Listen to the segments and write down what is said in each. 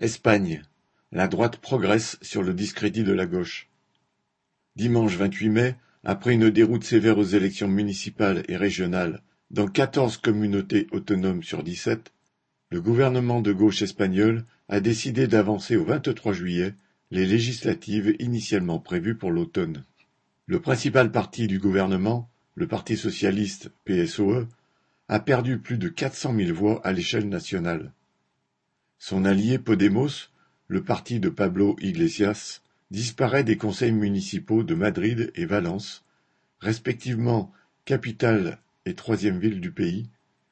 Espagne: la droite progresse sur le discrédit de la gauche. Dimanche 28 mai, après une déroute sévère aux élections municipales et régionales dans 14 communautés autonomes sur 17, le gouvernement de gauche espagnol a décidé d'avancer au 23 juillet les législatives initialement prévues pour l'automne. Le principal parti du gouvernement, le Parti socialiste PSOE, a perdu plus de 400 000 voix à l'échelle nationale. Son allié Podemos, le parti de Pablo Iglesias, disparaît des conseils municipaux de Madrid et Valence, respectivement capitale et troisième ville du pays,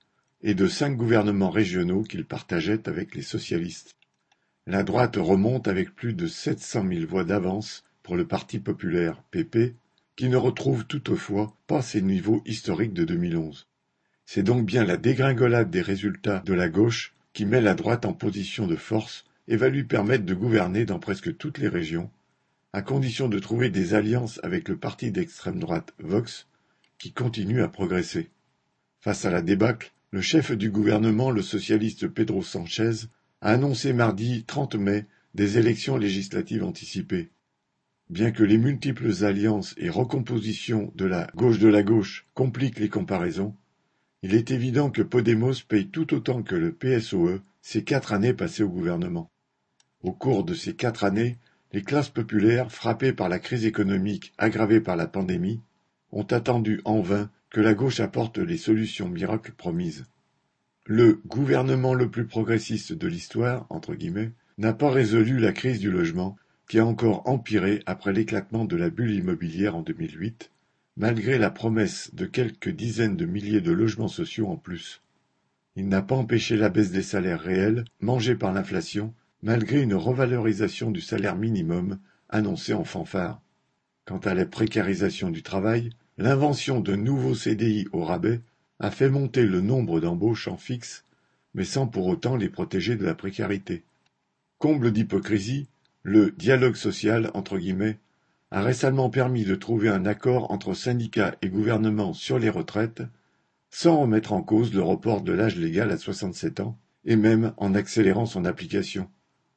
et de 5 gouvernements régionaux qu'il partageait avec les socialistes. La droite remonte avec plus de 700 000 voix d'avance pour le Parti populaire PP, qui ne retrouve toutefois pas ses niveaux historiques de 2011. C'est donc bien la dégringolade des résultats de la gauche qui met la droite en position de force et va lui permettre de gouverner dans presque toutes les régions, à condition de trouver des alliances avec le parti d'extrême droite Vox, qui continue à progresser. Face à la débâcle, le chef du gouvernement, le socialiste Pedro Sánchez, a annoncé mardi 30 mai des élections législatives anticipées. Bien que les multiples alliances et recompositions de la gauche compliquent les comparaisons, il est évident que Podemos paye tout autant que le PSOE ces 4 années passées au gouvernement. Au cours de ces 4 années, les classes populaires, frappées par la crise économique aggravée par la pandémie, ont attendu en vain que la gauche apporte les solutions miracles promises. Le « gouvernement le plus progressiste de l'histoire » entre guillemets, n'a pas résolu la crise du logement, qui a encore empiré après l'éclatement de la bulle immobilière en 2008, malgré la promesse de quelques dizaines de milliers de logements sociaux en plus. Il n'a pas empêché la baisse des salaires réels, mangés par l'inflation, malgré une revalorisation du salaire minimum annoncée en fanfare. Quant à la précarisation du travail, l'invention de nouveaux CDI au rabais a fait monter le nombre d'embauches en fixe, mais sans pour autant les protéger de la précarité. Comble d'hypocrisie, le « dialogue social » entre guillemets, a récemment permis de trouver un accord entre syndicats et gouvernement sur les retraites, sans remettre en cause le report de l'âge légal à 67 ans, et même en accélérant son application.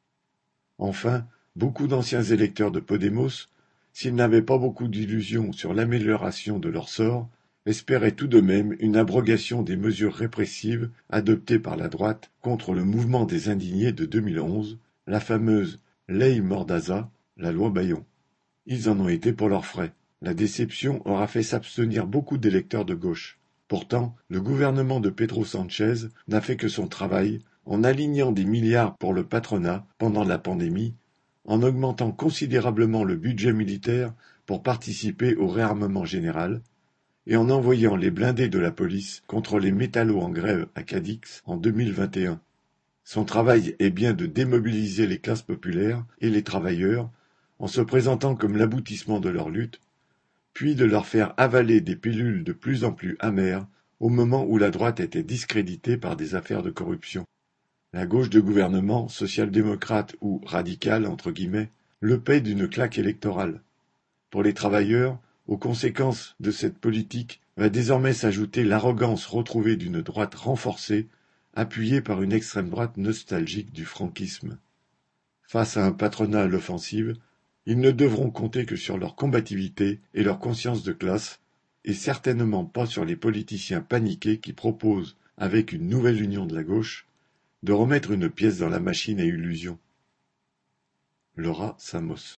Enfin, beaucoup d'anciens électeurs de Podemos, s'ils n'avaient pas beaucoup d'illusions sur l'amélioration de leur sort, espéraient tout de même une abrogation des mesures répressives adoptées par la droite contre le mouvement des indignés de 2011, la fameuse Ley Mordaza, la loi Bayon. Ils en ont été pour leurs frais. La déception aura fait s'abstenir beaucoup d'électeurs de gauche. Pourtant, le gouvernement de Pedro Sánchez n'a fait que son travail en alignant des milliards pour le patronat pendant la pandémie, en augmentant considérablement le budget militaire pour participer au réarmement général, et en envoyant les blindés de la police contre les métallos en grève à Cadix en 2021. Son travail est bien de démobiliser les classes populaires et les travailleurs en se présentant comme l'aboutissement de leur lutte, puis de leur faire avaler des pilules de plus en plus amères au moment où la droite était discréditée par des affaires de corruption. La gauche de gouvernement, social-démocrate ou radicale entre guillemets, le paie d'une claque électorale. Pour les travailleurs, aux conséquences de cette politique va désormais s'ajouter l'arrogance retrouvée d'une droite renforcée, appuyée par une extrême droite nostalgique du franquisme. Face à un patronat à l'offensive, ils ne devront compter que sur leur combativité et leur conscience de classe, et certainement pas sur les politiciens paniqués qui proposent, avec une nouvelle union de la gauche, de remettre une pièce dans la machine à illusions. Laura Samos.